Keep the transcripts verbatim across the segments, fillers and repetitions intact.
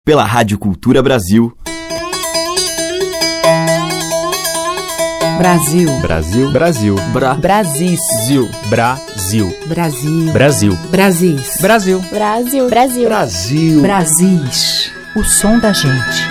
pela Rádio Cultura Brasil. Brasil. Brasil. Brasil. Bra. Brasis. Zil. Brasil. Brasil. Brasil. Brasis. Brasil. Brasil. Brasil. Brasil. Brasis. O som da gente.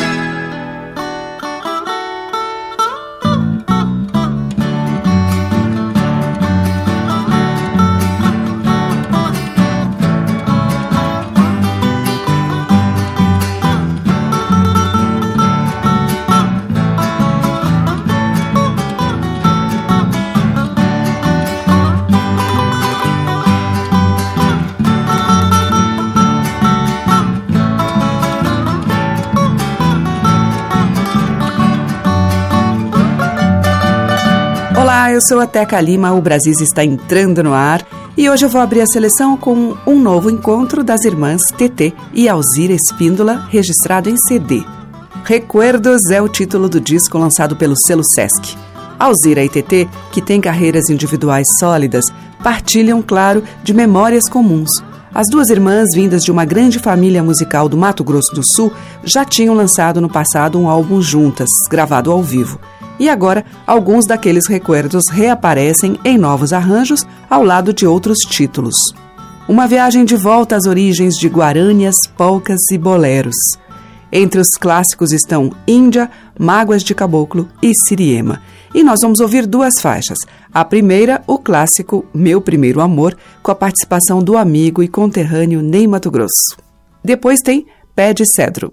Olá, eu sou a Teca Lima, o Brasis está entrando no ar e hoje eu vou abrir a seleção com um novo encontro das irmãs Tetê e Alzira Espíndola, registrado em C D. Recuerdos é o título do disco lançado pelo selo Sesc. Alzira e Tetê, que têm carreiras individuais sólidas, partilham, claro, de memórias comuns. As duas irmãs, vindas de uma grande família musical do Mato Grosso do Sul, já tinham lançado no passado um álbum juntas, gravado ao vivo. E agora, alguns daqueles recuerdos reaparecem em novos arranjos ao lado de outros títulos. Uma viagem de volta às origens de guarânias, polcas e boleros. Entre os clássicos estão Índia, Mágoas de Caboclo e Siriema. E nós vamos ouvir duas faixas. A primeira, o clássico Meu Primeiro Amor, com a participação do amigo e conterrâneo Ney Matogrosso. Depois tem Pé de Cedro.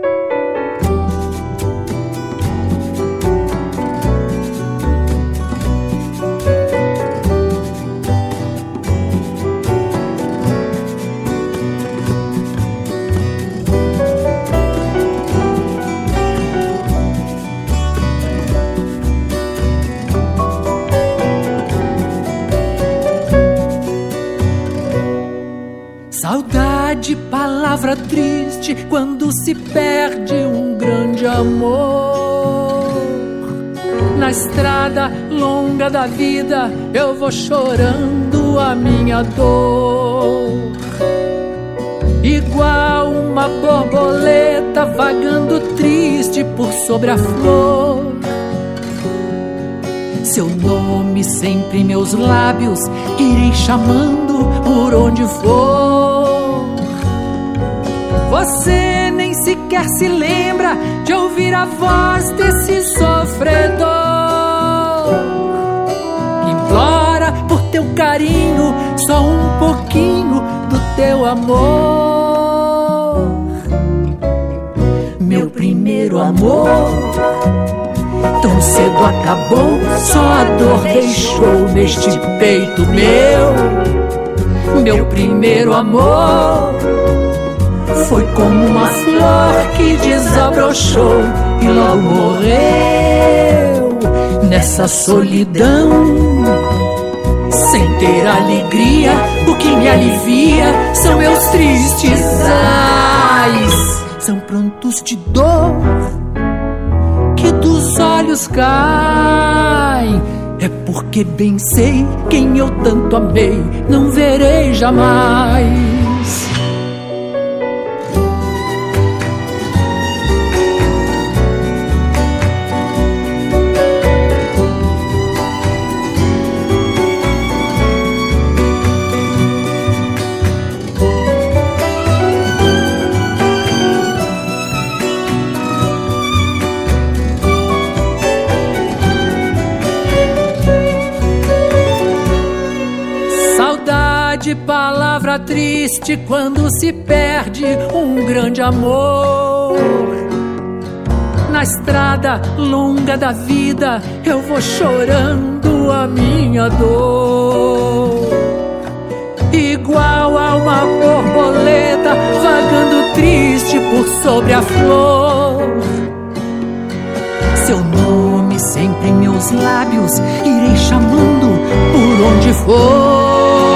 Saudade, palavra triste quando se perde um grande amor. Na estrada longa da vida eu vou chorando a minha dor. Igual uma borboleta vagando triste por sobre a flor. Seu nome sempre em meus lábios irei chamando por onde for. Você nem sequer se lembra de ouvir a voz desse sofredor que implora por teu carinho, só um pouquinho do teu amor. Meu primeiro amor tão cedo acabou, só a dor deixou neste peito meu. Meu primeiro amor foi como uma flor que desabrochou e logo morreu nessa solidão. Sem ter alegria, o que me alivia são meus tristes ais. São prantos de dor que dos olhos caem. É porque bem sei quem eu tanto amei, não verei jamais. Palavra triste quando se perde um grande amor. Na estrada longa da vida eu vou chorando a minha dor. Igual a uma borboleta vagando triste por sobre a flor. Seu nome sempre em meus lábios irei chamando por onde for.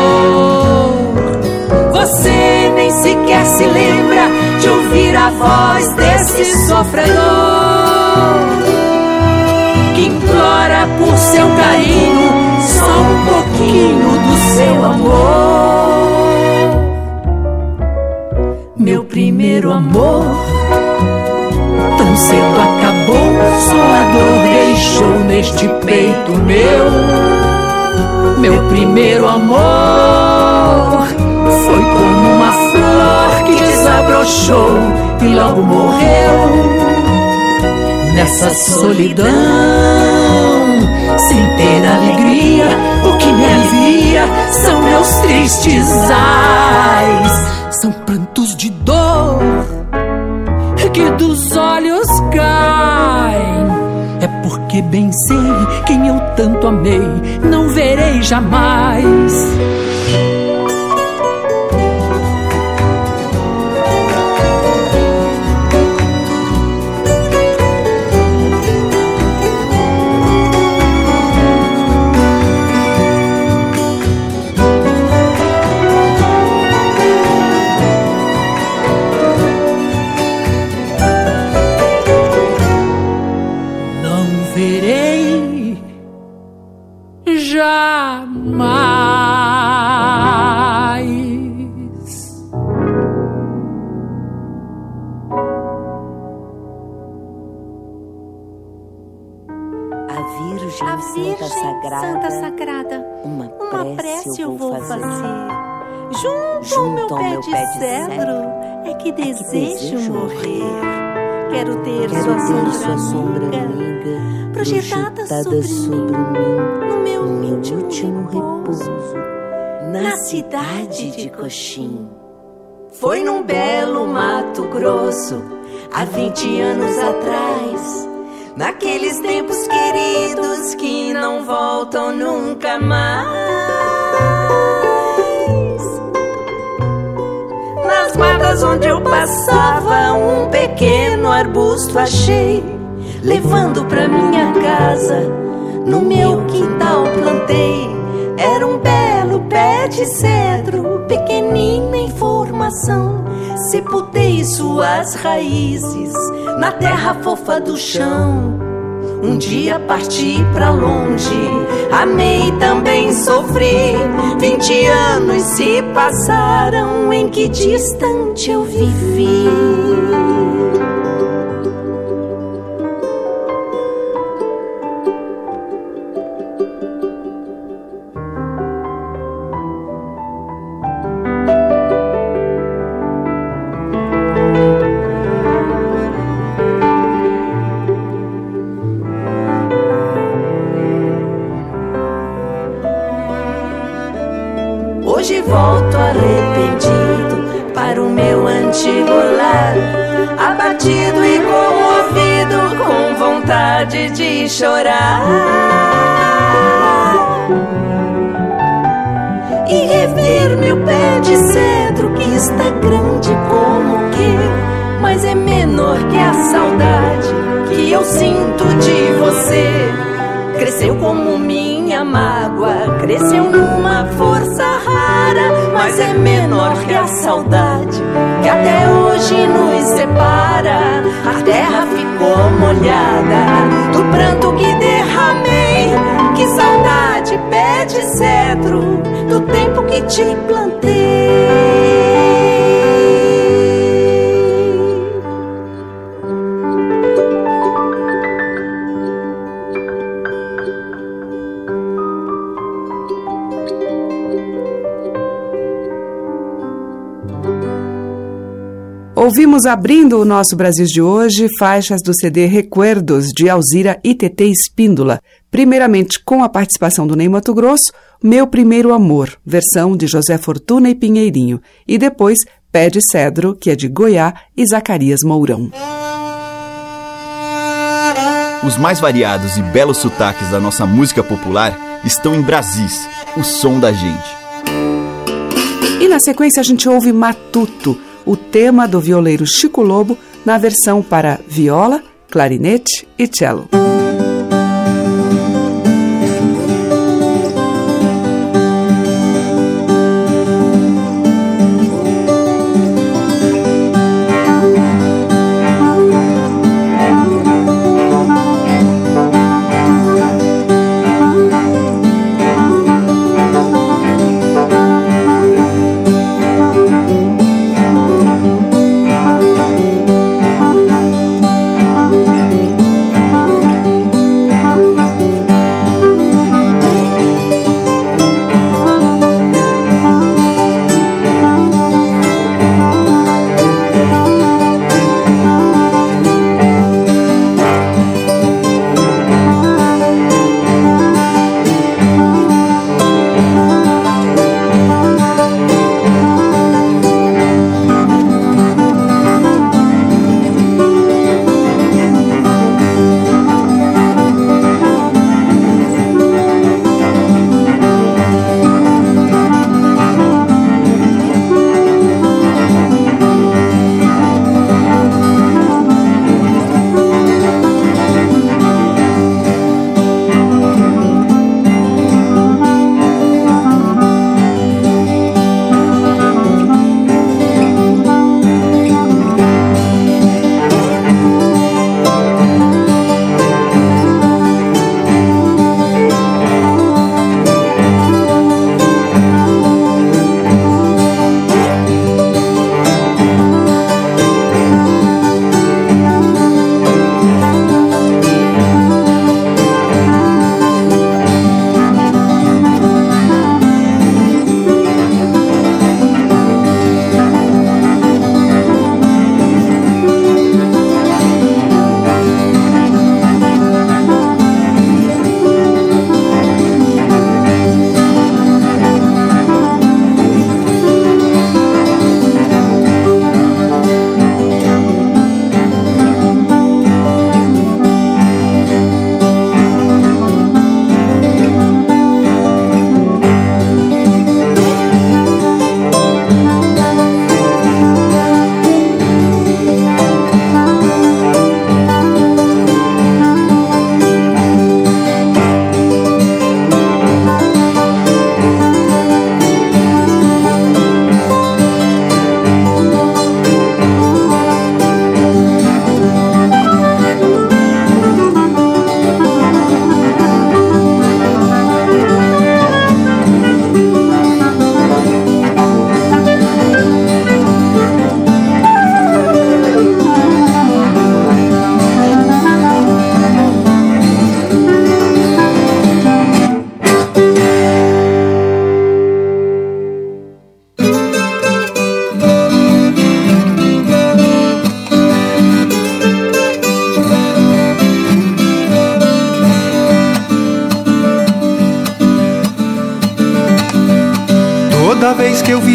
Você nem sequer se lembra de ouvir a voz desse sofredor que implora por seu carinho, só um pouquinho do seu amor. Meu primeiro amor neste peito meu. Meu primeiro amor foi como uma flor que desabrochou e logo morreu. Nessa solidão, sem ter alegria, o que me alivia são meus tristes ais. São prantos de dor que dos olhos caem. É porque bem sei quem eu tanto amei, não verei jamais. Santa Sagrada, uma prece, uma prece eu vou fazer. fazer. Junto, Junto ao meu pé, meu de, pé de cedro, cedro é que desejo, é que desejo morrer. Quero ter, Quero sua, ter sombra sua sombra amiga, projetada, projetada sobre mim, no meu, no meu último, último repouso, na, na cidade de Coxim. Foi num belo Mato Grosso, há vinte anos atrás, naqueles tempos queridos que não voltam nunca mais. Nas matas onde eu passava, um pequeno arbusto achei, levando pra minha casa, no meu quintal plantei. Era um belo pé de cedro, pequenino em formação. Sepultei suas raízes na terra fofa do chão. Um dia parti pra longe, amei, também sofri. Vinte anos se passaram, em que distante eu vivi. Hoje volto arrependido para o meu antigo lar, abatido e comovido, com vontade de chorar, e rever meu pé de cedro, que está grande como que, mas é menor que a saudade que eu sinto de você. Cresceu como minha mágoa, cresceu numa força rara, mas é menor que a saudade que até hoje nos separa. A terra ficou molhada do pranto que derramei. Que saudade, pé de cedro, do tempo que te plantei. Ouvimos, abrindo o nosso Brasil de hoje, faixas do C D Recuerdos, de Alzira e Tetê Espíndola, primeiramente com a participação do Ney Matogrosso, Meu Primeiro Amor, versão de José Fortuna e Pinheirinho, e depois Pé de Cedro, que é de Goiá e Zacarias Mourão. Os mais variados e belos sotaques da nossa música popular estão em Brasis, o som da gente. E na sequência a gente ouve Matuto, o tema do violeiro Chico Lobo, na versão para viola, clarinete e cello.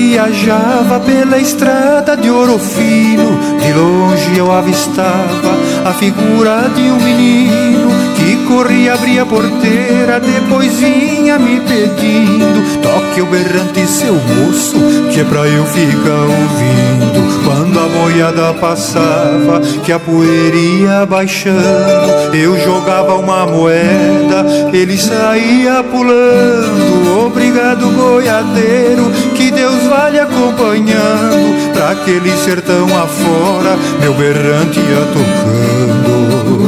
viajava pela estrada de Ouro Fino, de longe eu avistava a figura de um menino que corria, abria a porteira, depois vinha me pedindo: toque o berrante, seu moço, que é pra eu ficar ouvindo. Quando a boiada passava, que a poeira ia baixando, eu jogava uma moeda, ele saía pulando. Obrigado, boiadeiro, que Deus vai lhe acompanhando. Pra aquele sertão afora, meu berrante ia tocando.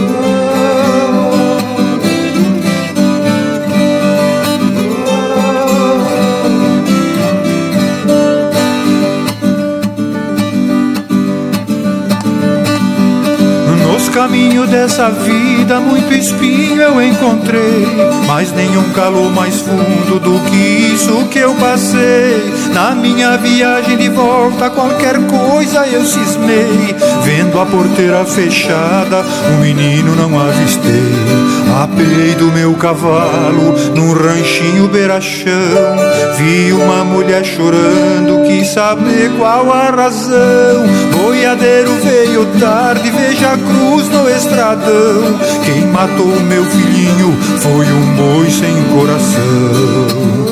Caminho dessa vida, muito espinho eu encontrei, mas nenhum calor mais fundo do que isso que eu passei. Na minha viagem de volta, qualquer coisa eu cismei. Vendo a porteira fechada, o menino não avistei. Apei do meu cavalo num ranchinho beira-chão, vi uma mulher chorando, quis saber qual a razão. Boiadeiro veio tarde, veja a cruz no estradão. Quem matou meu filhinho foi um boi sem coração.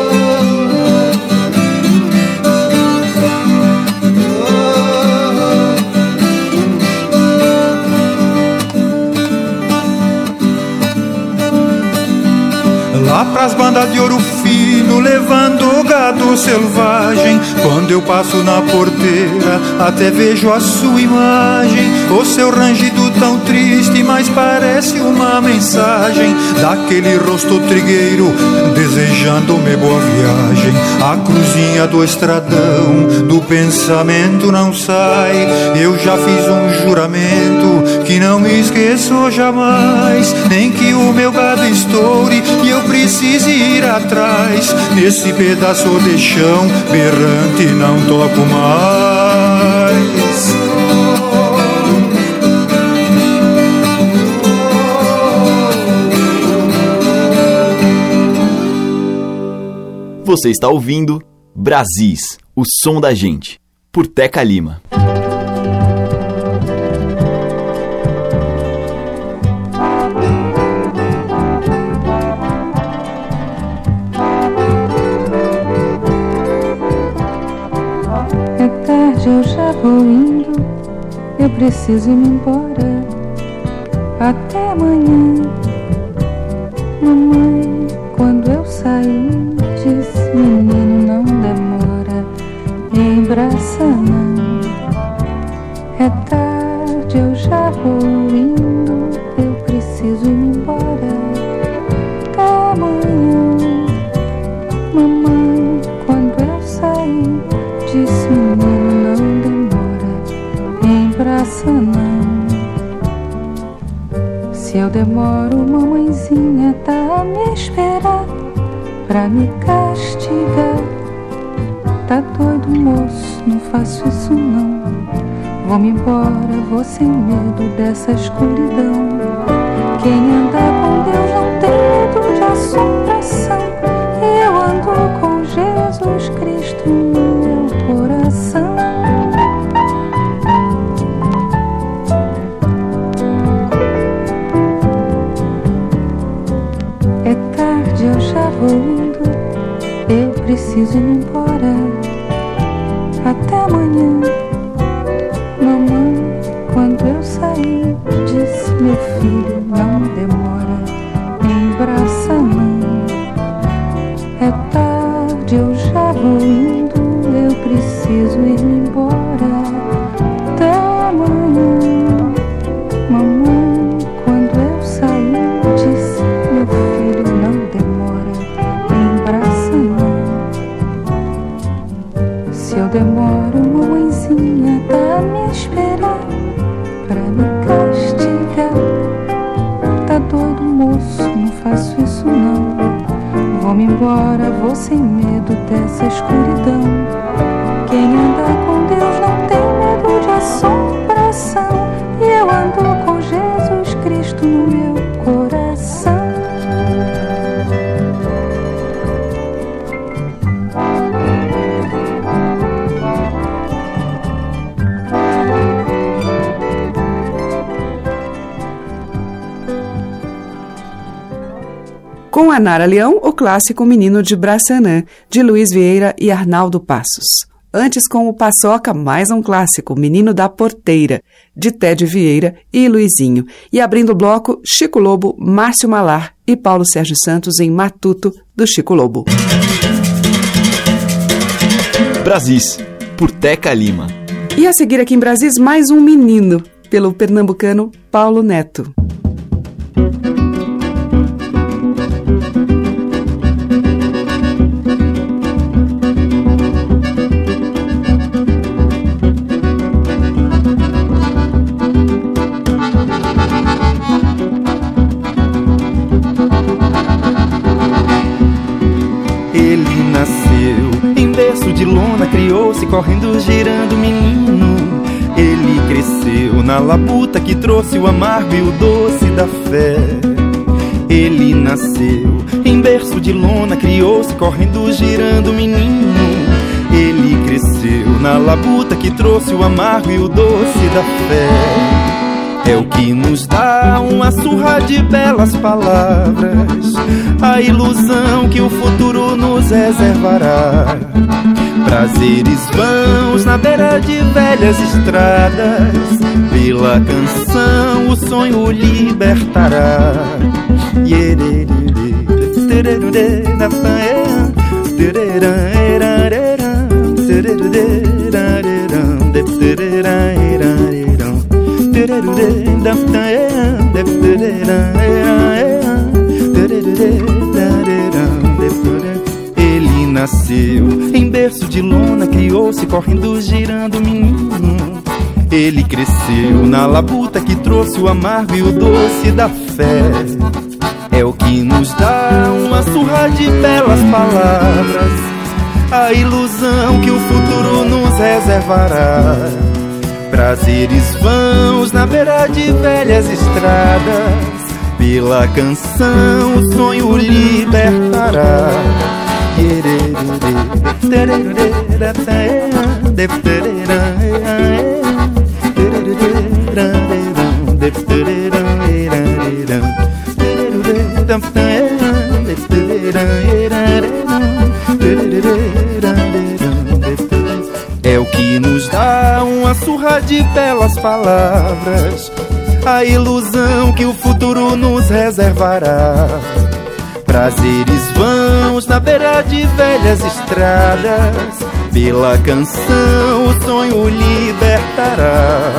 Lá pras bandas de Ouro Fino, levando gado selvagem, quando eu passo na porteira, até vejo a sua imagem. O seu rangido tão triste, mas parece uma mensagem daquele rosto trigueiro, desejando-me boa viagem. A cruzinha do estradão, do pensamento não sai. Eu já fiz um juramento que não me esqueço jamais, nem que o meu gado estoure e eu precise ir atrás. Nesse pedaço de chão berrante não toco mais. Você está ouvindo Brasis, o som da gente, por Teca Lima. Eu já vou indo, eu preciso ir embora. Até amanhã. Mamãe, quando eu saí, disse: menino, não demora, embraça não. É tarde, eu já vou indo, eu preciso ir embora. Até amanhã. Mamãe, quando eu saí, disse: menino, não demora, embraça não. Se eu demoro, mamãezinha tá a me esperar pra me castigar. Tá doido, moço, não faço isso não. Vou-me embora, vou sem medo dessa escuridão. Quem anda com Deus não tem medo de assombração. Eu ando com Jesus Cristo no meu coração. É tarde, eu já vou indo, eu preciso ir embora. Até amanhã. Mamãe, quando eu saí, disse: meu filho, não demora, embraça não. É tarde, eu já vou indo, eu preciso ir embora. Até amanhã. Mamãe, quando eu saí, disse: meu filho, não demora, embraça não. Se eu demoro, mamãezinha tá a me esperar pra me castigar. Tá doido, moço, não faço isso não. Vou-me embora, vou sem medo dessa escuridão. Quem anda com Deus não tem medo de assombração. E eu ando com Jesus Cristo no meu coração. Com a Nara Leão, o clássico Menino de Braçanã, de Luiz Vieira e Arnaldo Passos. Antes, com o Paçoca, mais um clássico, Menino da Porteira, de Ted Vieira e Luizinho. E abrindo o bloco, Chico Lobo, Márcio Malar e Paulo Sérgio Santos em Matuto, do Chico Lobo. Brasis, por Teca Lima. E a seguir aqui em Brasis, mais um menino, pelo pernambucano Paulo Neto. Ele nasceu em berço de lona, criou-se correndo, girando menino. Ele cresceu na labuta que trouxe o amargo e o doce da fé. Ele nasceu em berço de lona, criou-se correndo, girando menino. Ele cresceu na labuta que trouxe o amargo e o doce da fé. É o que nos dá uma surra de belas palavras, a ilusão que o futuro nos reservará. Prazeres vãos na beira de velhas estradas, pela canção o sonho libertará. Ele nasceu em berço de lona, criou-se correndo, girando menino. Ele cresceu na labuta que trouxe o amargo e o doce da fé. É o que nos dá uma surra de belas palavras, a ilusão que o futuro nos reservará. Prazeres vãos na beira de velhas estradas, pela canção o sonho libertará. É o que nos dá uma surra de belas palavras, a ilusão que o futuro nos reservará. Prazeres vãos na beira de velhas estradas, pela canção o sonho libertará.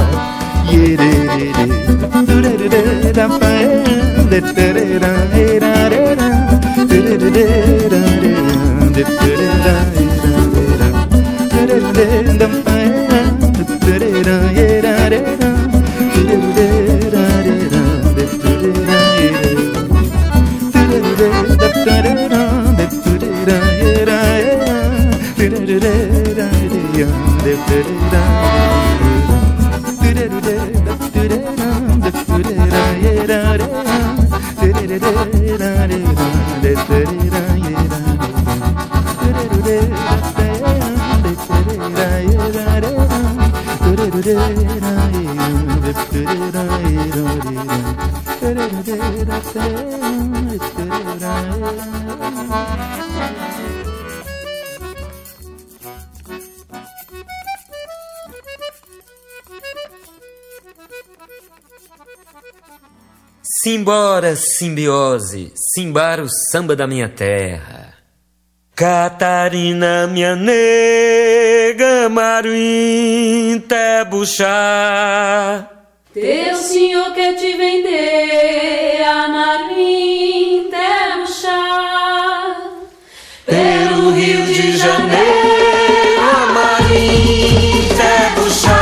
Simbora, simbiose, simbara o samba da minha terra. Catarina, minha nega, Maruim, Tebuchá. Teu senhor quer te vender a Maruim, Tebuchá. Pelo Rio de Janeiro, a Maruim, Tebuchá.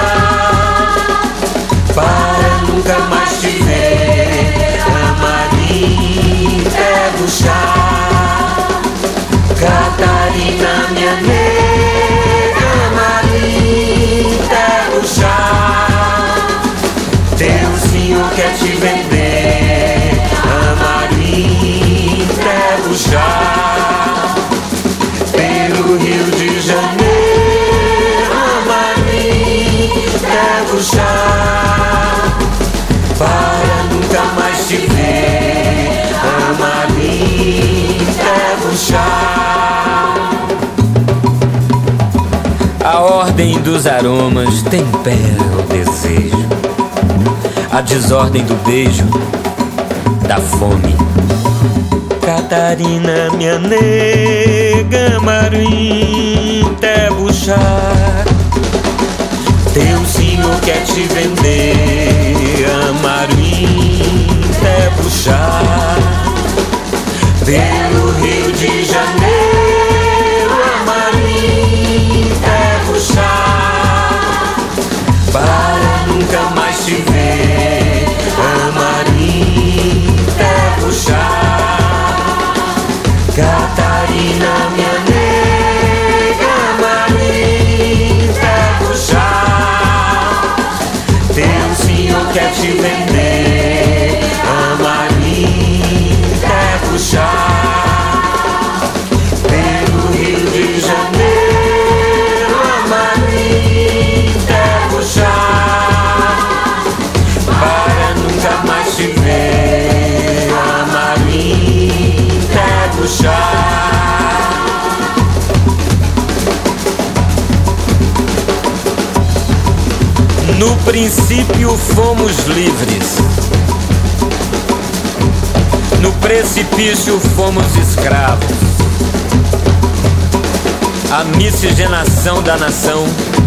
Para nunca mais te ver, a Maruim, Tebuchá. Catarina, minha nega, Maruim, Tebuchá. Teu senhor quer te vender, a Maruim, Tebuchá. Pelo Rio de Janeiro, a Maruim, Tebuchá. Para nunca mais te ver, a Maruim, Seus aromas temperam o desejo, a desordem do beijo, da fome. Catarina, minha nega, Marim, até buchar. Teu senhor quer te vender, Marim, até buchar. Pelo Rio de Janeiro, Marim, até buchar. Para nunca mais te ver, Marim, até buchar. Catarina, minha nega, Marim, até buchar. Teu senhor quer te vender, Marim, até buchar. Pelo Rio de Janeiro, Marim, até buchar. Para nunca mais te ver, Marim, até buchar. No princípio fomos livres, no precipício fomos escravos. A miscigenação da nação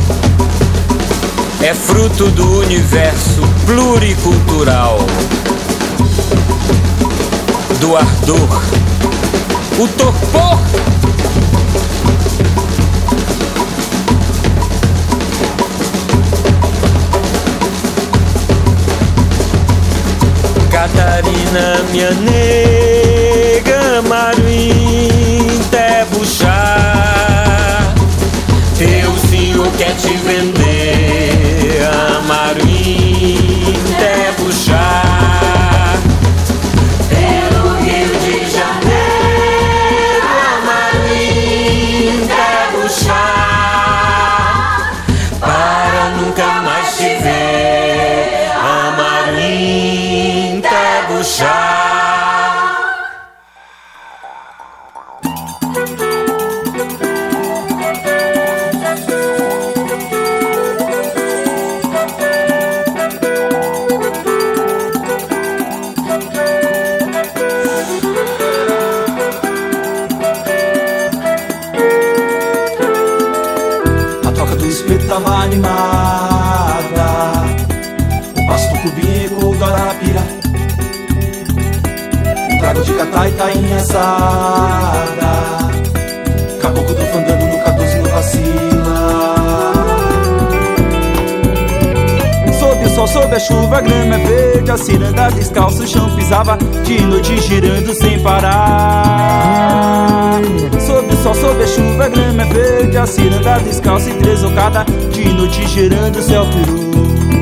é fruto do universo pluricultural, do ardor, o torpor. Catarina, minha nega, Marim, até buchar. Teu senhor quer te vender, Marim, até buchar. Pelo Rio de Janeiro, Marim, até buchar. Para nunca mais te ver, Marim, até buchar. A toca do espeto tava animada, o passo do cubinho ecoou do Arapira, um trago de cataitainha assada, caboclo do fandango no catorze no vacila. Sob o sol, sob a chuva, a grama é verde, a ciranda descalço, o chão pisava de noite girando sem parar. Sob o sol, sob a chuva, a grama é verde, a ciranda descalço e tresocada de noite girando o céu peru.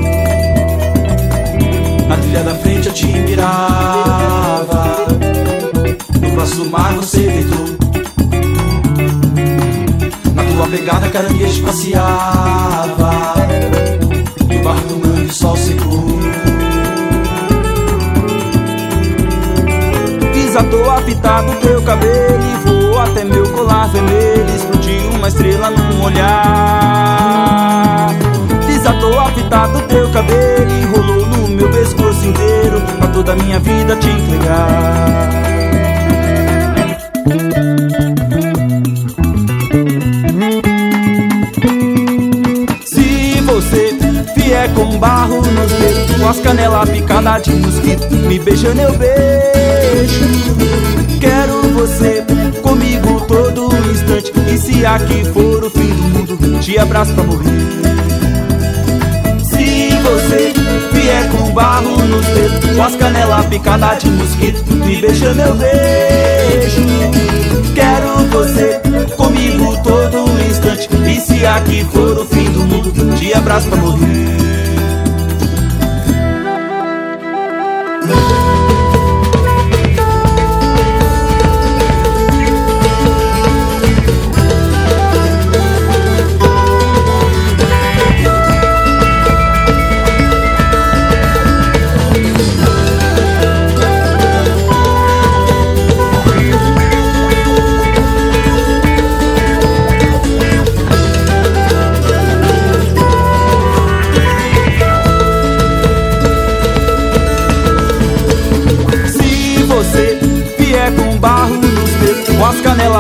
Na trilha da frente eu te mirava, no braço do mar você deitou, na tua pegada caranguejo passeava, no barro do mangue o sol secou. Pisatou a fita do teu cabelo e voou até meu colar vermelho, explodiu uma estrela num olhar. Pisatou a fita do teu cabelo e rolou no meu pescoço inteiro, pra toda a minha vida te entregar. Se você vier com barro nos dedos, com as canelas picadas de mosquito, me beijando eu beijo. Quero você comigo todo instante, e se aqui for o fim do mundo, te abraço pra morrer. Se você vier com barro nos dedos, com as canelas picadas de mosquito, me beijando eu beijo. Quero você comigo todo instante, e se aqui for o fim do mundo, te abraço pra morrer.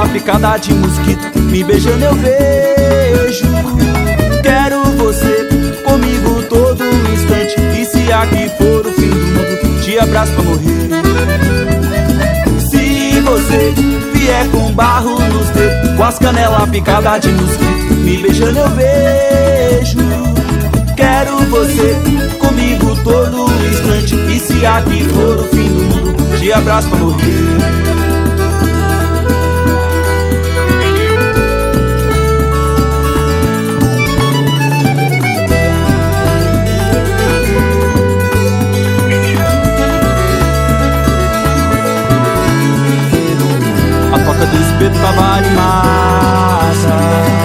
canela picada de mosquito, me beijando eu vejo. Quero você comigo todo instante, e se aqui for o fim do mundo, te abraço pra morrer. Se você vier com barro nos dedos, com as canelas picadas de mosquito, me beijando eu vejo. Quero você comigo todo instante, e se aqui for o fim do mundo, te abraço pra morrer. A toca do espeto tava animada,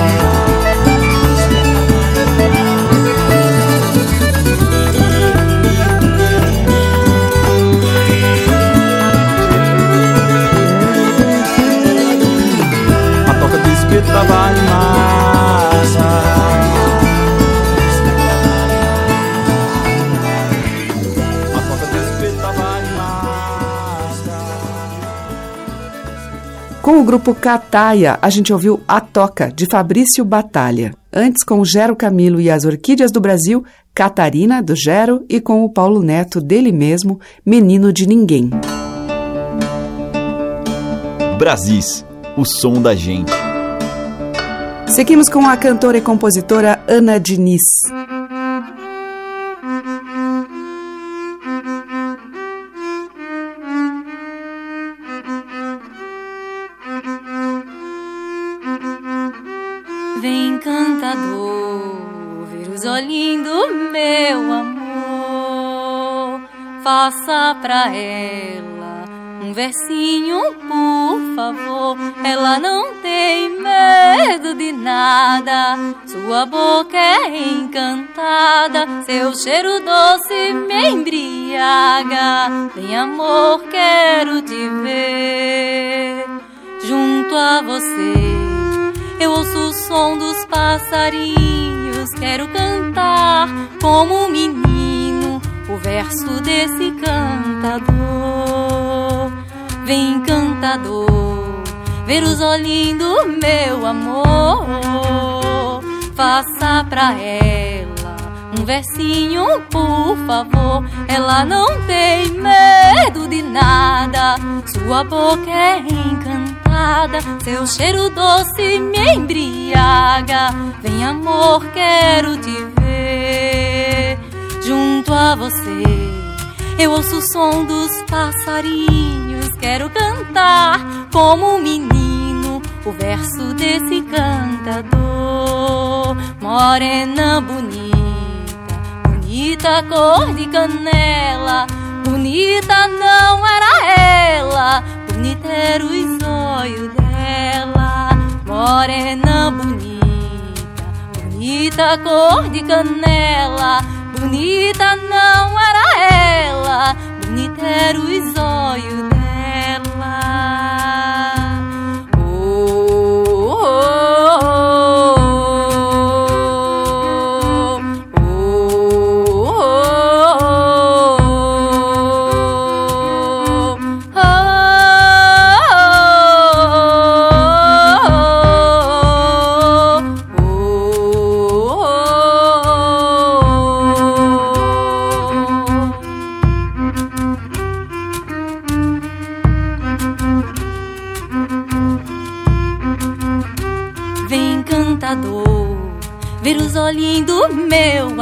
tava animada. A toca do espeto tava animada. Com o grupo Cataia, a gente ouviu A Toca, de Fabrício Batalha. Antes, com o Gero Camilo e as Orquídeas do Brasil, Catarina, do Gero, e com o Paulo Neto, dele mesmo, Menino de Ninguém. Brasis, o som da gente. Seguimos com a cantora e compositora Ana Diniz. Vem, cantador, ver os olhinhos do meu amor, faça pra ela um versinho, por favor. Ela não tem medo de nada, sua boca é encantada, seu cheiro doce me embriaga. Vem, amor, quero te ver junto a você. Eu ouço o som dos passarinhos, quero cantar como um menino o verso desse cantador. Vem, cantador, ver os olhinhos do meu amor, faça pra ela um versinho, por favor. Ela não tem medo de nada, sua boca é encantada, seu cheiro doce me embriaga. Vem, amor, quero te ver junto a você. Eu ouço o som dos passarinhos, quero cantar como um menino o verso desse cantador. Morena bonita, bonita cor de canela, bonita não era ela, bonita era os olhos dela. Morena bonita, bonita cor de canela, bonita não era ela, bonita era os olhos dela. Oh, oh, oh, oh, oh, oh, ver os olhinhos do meu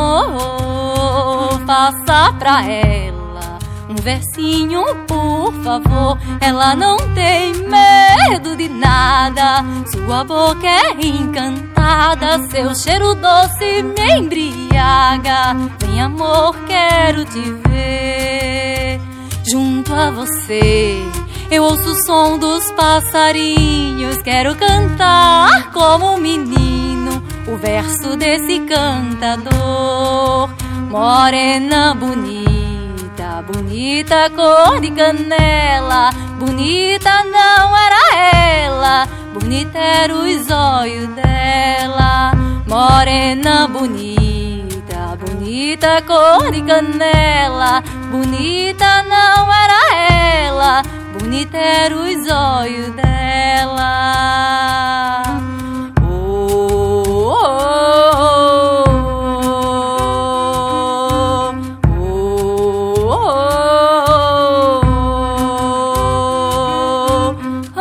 amor, faça pra ela um versinho, por favor. Ela não tem medo de nada, sua boca é encantada, seu cheiro doce me embriaga. Vem, amor, quero te ver junto a você. Eu ouço o som dos passarinhos, quero cantar como um menino o verso desse cantador. Morena bonita, bonita cor de canela, bonita não era ela, bonita era os olhos dela. Morena bonita, bonita cor de canela, bonita não era ela, bonita bonito era os olhos dela. Oh, oh, oh, oh, oh,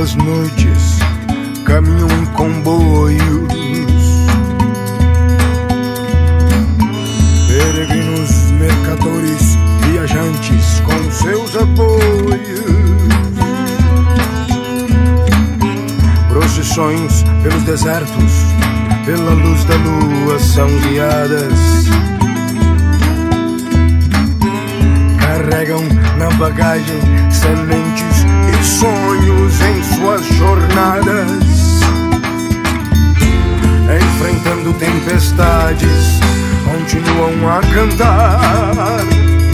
pelas noites caminham em comboios, peregrinos, mercadores, viajantes com seus apoios. Procissões pelos desertos, pela luz da lua são guiadas. Carregam na bagagem sementes e sonhos em suas jornadas. Enfrentando tempestades, continuam a cantar.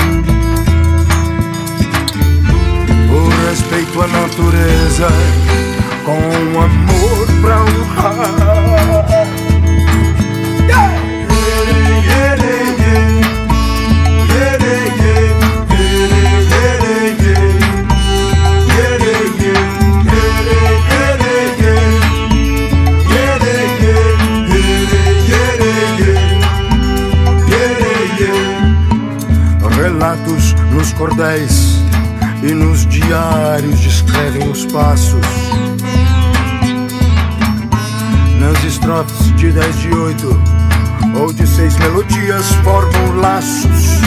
Por respeito à natureza, com amor pra honrar. Yeah! Yeah, yeah, yeah. Relatos nos cordéis e nos diários descrevem os passos. Nas estrofes de dez, de oito ou de seis melodias formam laços.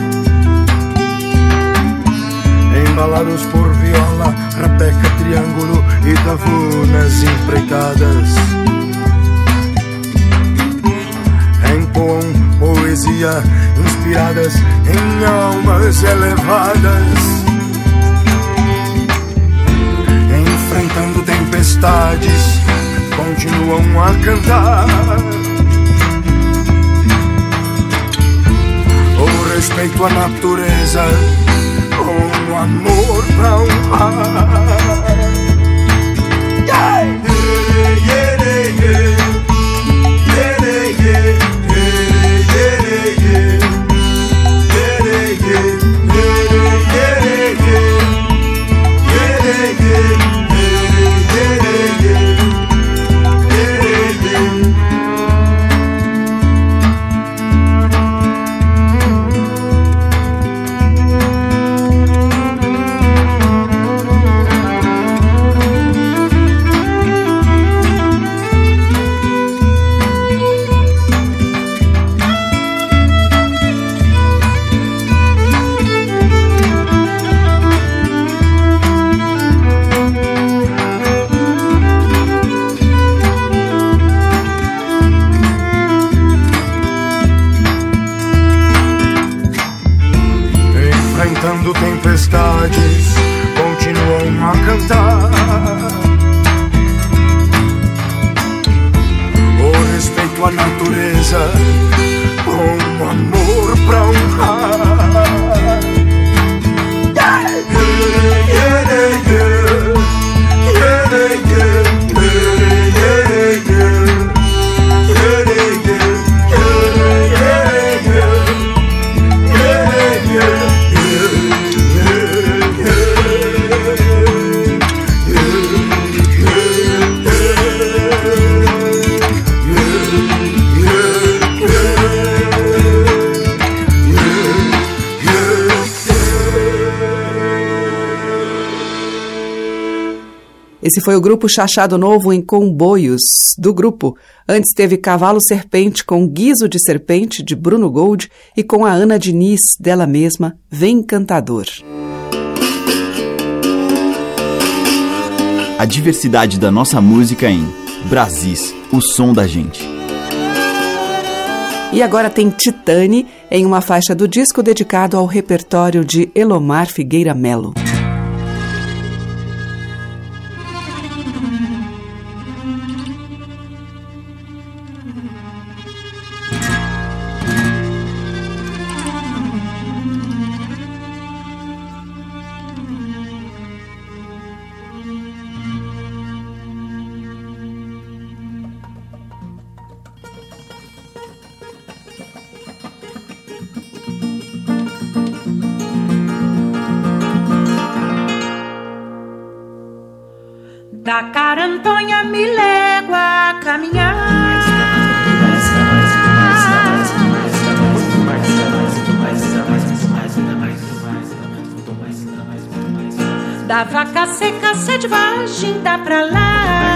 Embalados por viola, rabeca, triângulo e tavunas empreitadas. Empoam poesia inspiradas em almas elevadas. Enfrentando tempestades, continuam a cantar. O respeito à natureza, com amor pra honrar. Yeah! Yeah, yeah, yeah. Yeah, yeah, yeah. Enfrentando tempestades, continuam a cantar. O respeito à natureza, com amor pra honrar. Yeah, yeah, yeah, yeah. Yeah, yeah, yeah. Yeah, yeah, yeah. Esse foi o grupo Chachado Novo em Comboios, do grupo. Antes teve Cavalo Serpente com Guiso de Serpente, de Bruno Gold, e com a Ana Diniz, dela mesma, Vem Cantador. A diversidade da nossa música em Brasis, o som da gente. E agora tem Titane, em uma faixa do disco dedicado ao repertório de Elomar Figueira Melo. Da Carantonha me lego a caminhar, Da vaca seca, sede vagem, dá pra lá.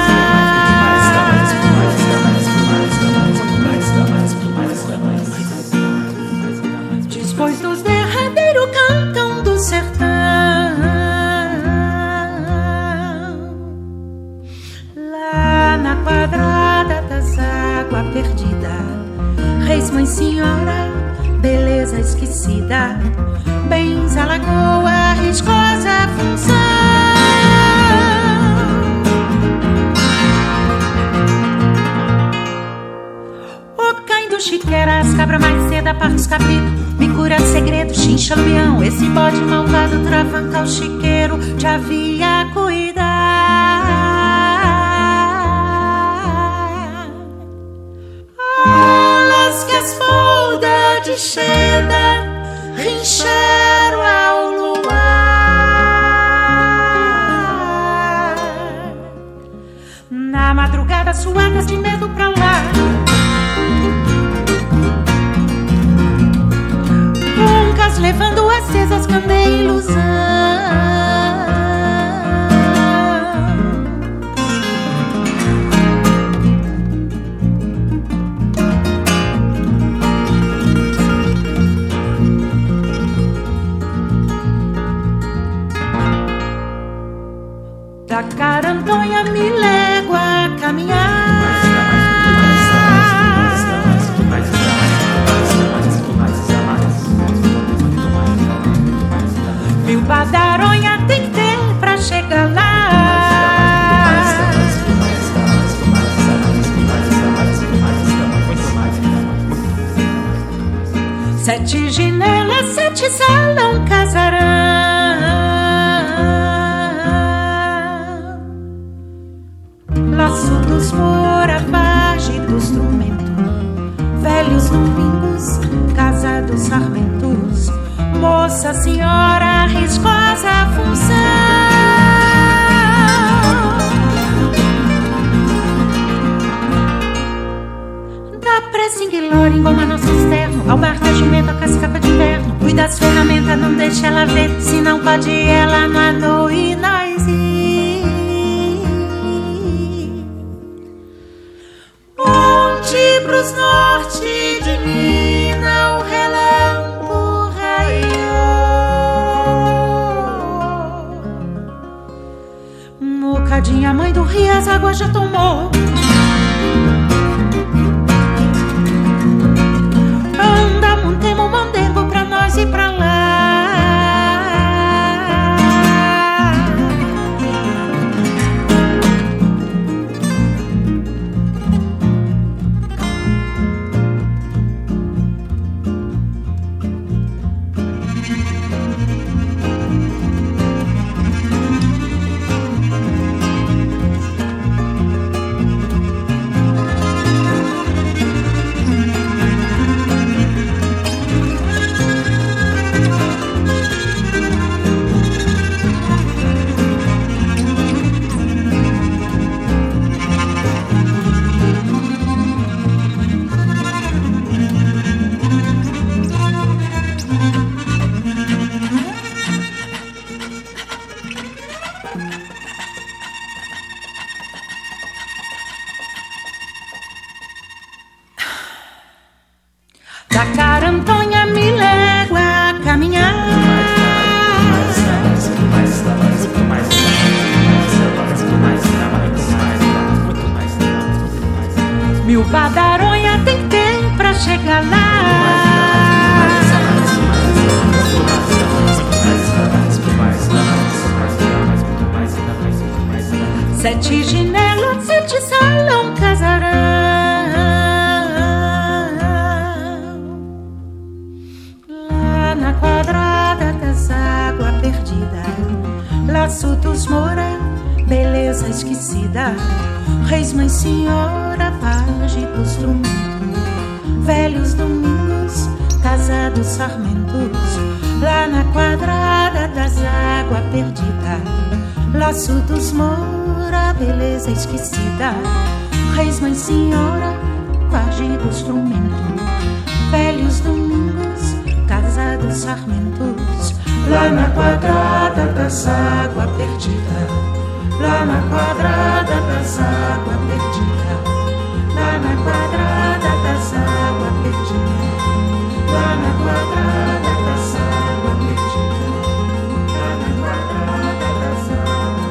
Depois dos derradeiros cantão do sertão, lá na quadrada das águas perdidas, reis, mãe, senhora, beleza esquecida, bens, a lagoa, riscosa função. O cãe do chiqueira, as cabras mais cedo, a par dos cabritos, me cura segredo, chincha lumião. Esse bode malvado travanca o chiqueiro, te havia cuidar. Alas que as foldas de seda rincharam ao luar. Na madrugada suadas de medo pra lá, levando acesas candeilos. Da Carantonha me lego a caminhar, mil badaronha tem que ter pra chegar lá. Sete janelas, sete salão, casarão. Laço dos mora, page do instrumento, velhos domingos, casa dos sarmentos, moça, senhora, riscosa função. Da pressa em Guilor, engoma nosso externo, ao bar da jumenta, cascapa de inverno. Cuida das ferramentas, não deixa ela ver, se não pode ela na noite e nós ir. Onde pros norte de Minas o relâmpago raiou, Mocadinha, mãe do rio, as águas já tomou. Anda, montemos um mandembo pra nós ir pra lá. Da Carantonha me lego a caminhar, mil badaronha tem que ter pra chegar lá. Sete janelas, sete salão, casarão. Lá na quadrada das águas perdidas, laço dos mora, beleza esquecida, reis, mãe, senhora, page do instrumento, velhos domingos, casados sarmentos. Lá na quadrada das águas perdidas, laço dos mora, beleza esquecida, reis, mãe, senhora, page do instrumento, velhos domingos, casados sarmentos. Lá na quadrada das das águas perdidas, lá na quadrada das águas perdidas, lá na quadrada das águas perdidas, lá na quadrada das águas perdidas, lá na quadrada das águas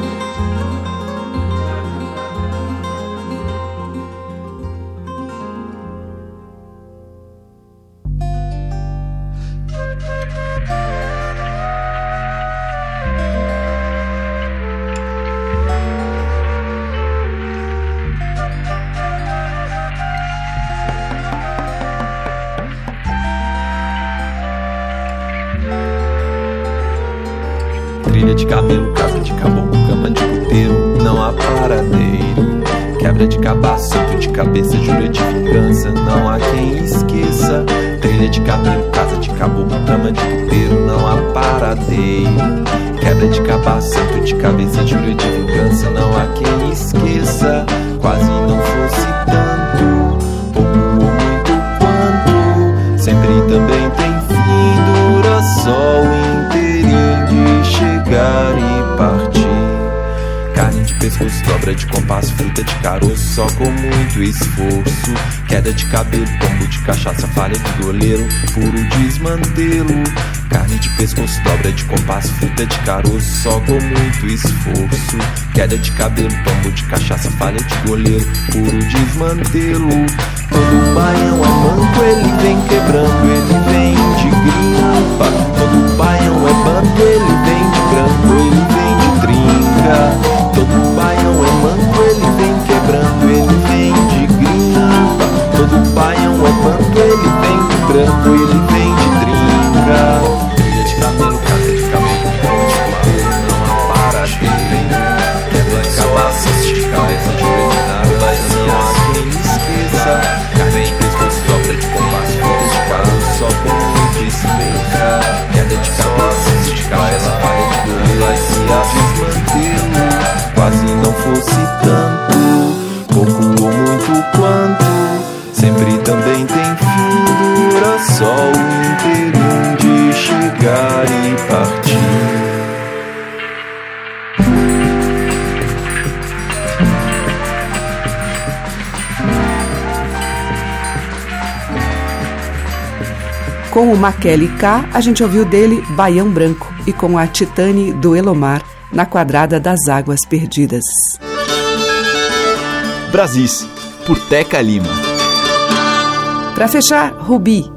Trilha de camelo, casa de caboclo, cama de puteiro, não há paradeiro. Quebra de cabaço, santo de cabeça, jura de vingança, não há quem esqueça. Trilha de camelo, casa de caboclo, cama de puteiro, não há paradeiro. Quebra de cabaço, santo de cabeça, jura de vingança, não há quem esqueça. Quase não fosse tanto, pouco ou muito quanto, sempre também tem fim, dura só o inteirinho de chegar e partir. Carne de pescoço, dobra de compasso, fruta de caroço, só com muito esforço. Queda de cabelo, tombo de cachaça, falha de goleiro, puro desmantelo. Carne de pescoço, dobra de compasso, fruta de caroço, só com muito esforço. Queda de cabelo, tombo de cachaça, falha de goleiro, puro desmantelo. Todo baião é banco, ele vem quebrando, ele vem de grimpa. Todo baião é banco, ele vem de grampo, ele vem de trinca. Todo baião é manco, ele vem quebrando, ele vem de grimpa. Todo baião é manco, ele vem quebrando, ele vem de trinca. Trilha de cabelo, casa de cabelo, cama de puteiro, não há paradeiro. Quebra de cabaço, de cabeça, de nada, não há quem esqueça. Carne de pescoço, dobra de compasso, fruta de caroço, só com muito espenca. Queda de cabaço, de cabeça, falha de goleiro, se a desmantelo. Quase não fosse tanto, pouco ou muito quanto, sempre também tem fim, dura só o inteirinho de chegar e partir. Com o Maquele K, a gente ouviu dele Baião Branco e com a Titane do Elomar, Na Quadrada das Águas Perdidas. Brasis, por Teca Lima. Para fechar, Rubi.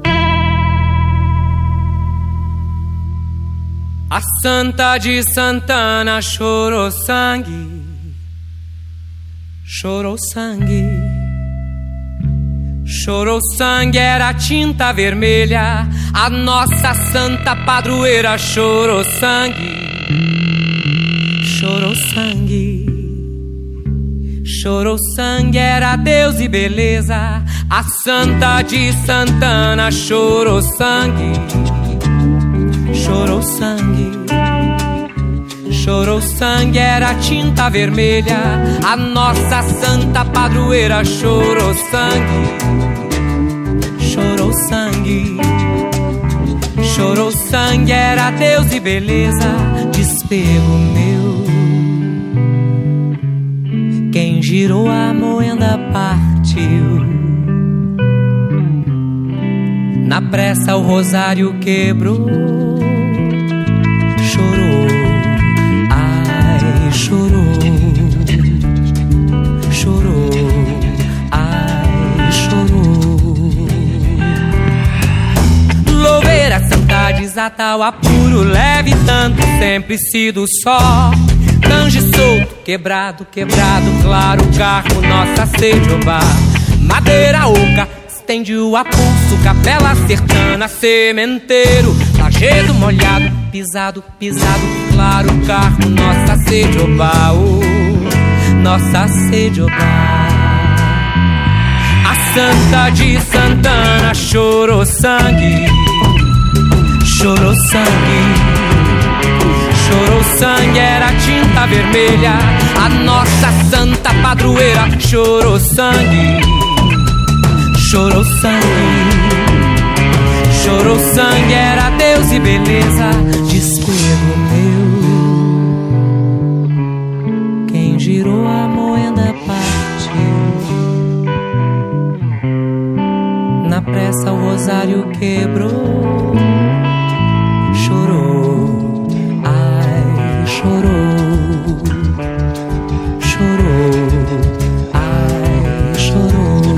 A Santa de Santana chorou sangue, chorou sangue, chorou sangue, era tinta vermelha. A nossa santa padroeira chorou sangue, chorou sangue, chorou sangue, era Deus e beleza. A Santa de Santana chorou sangue, chorou sangue, chorou sangue, era tinta vermelha. A nossa santa padroeira chorou sangue, chorou sangue, chorou sangue, era Deus e beleza. Despego meu, quem girou a moenda partiu. Na pressa o rosário quebrou, chorou, ai, chorou, chorou, ai, chorou. Louveira santa desata o apuro, leve tanto, sempre sido só. Tange solto, quebrado, quebrado, claro, carro, nossa sede obar. Madeira oca, estende o apulso, capela sertana, sementeiro. Lajedo molhado, pisado, pisado, claro, carro, nossa sede obar, oh, nossa sede obar. A Santa de Santana chorou sangue, chorou sangue, chorou sangue, era tinta vermelha. A nossa santa padroeira chorou sangue, chorou sangue, chorou sangue, era Deus e beleza. Despego meu, girou, a moenda partiu. Na pressa o rosário quebrou. Chorou, ai, chorou. Chorou, ai, chorou.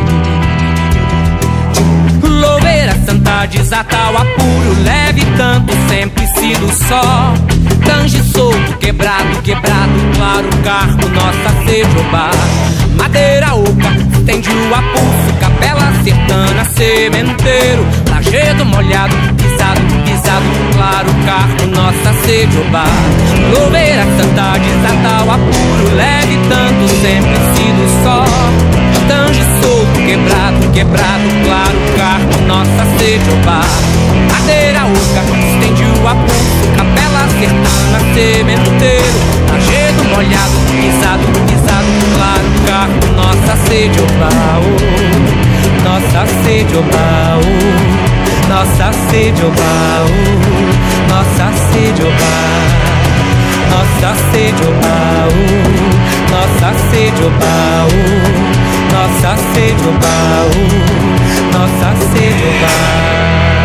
Louveira santa desata o apuro, leve tanto, sempre sido só. Tange solto, quebrado, quebrado, claro, carro, nossa sejobá. Madeira oca, estende o apulso, capela sertana, sementeiro. Lajedo molhado, pisado, pisado, claro, carro, nossa sejobá. Louveira santa desata o apuro, leve tanto, sempre sido só. Tange solto, quebrado, quebrado, claro, carro, nossa sejobá. Madeira oca, estende o apulso, capela sertana, sementeiro. Lajedo molhado, pisado, pisado, claro, carro, nossa sejobá, oh, nossa sejobá, oh, nossa sejobá, oh, nossa sejobá, nossa sejobá, oh, nossa sejobá, oh, nossa sejobá, oh, nossa sejobá.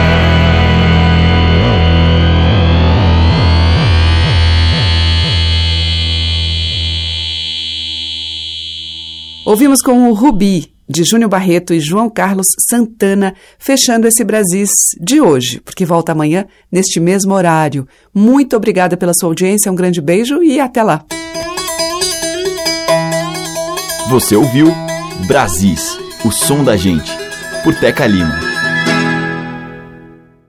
Ouvimos com o Rubi, de Júnior Barreto e João Carlos Santana, fechando esse Brasis de hoje, porque volta amanhã, neste mesmo horário. Muito obrigada pela sua audiência, um grande beijo e até lá. Você ouviu Brasis, o som da gente, por Teca Lima.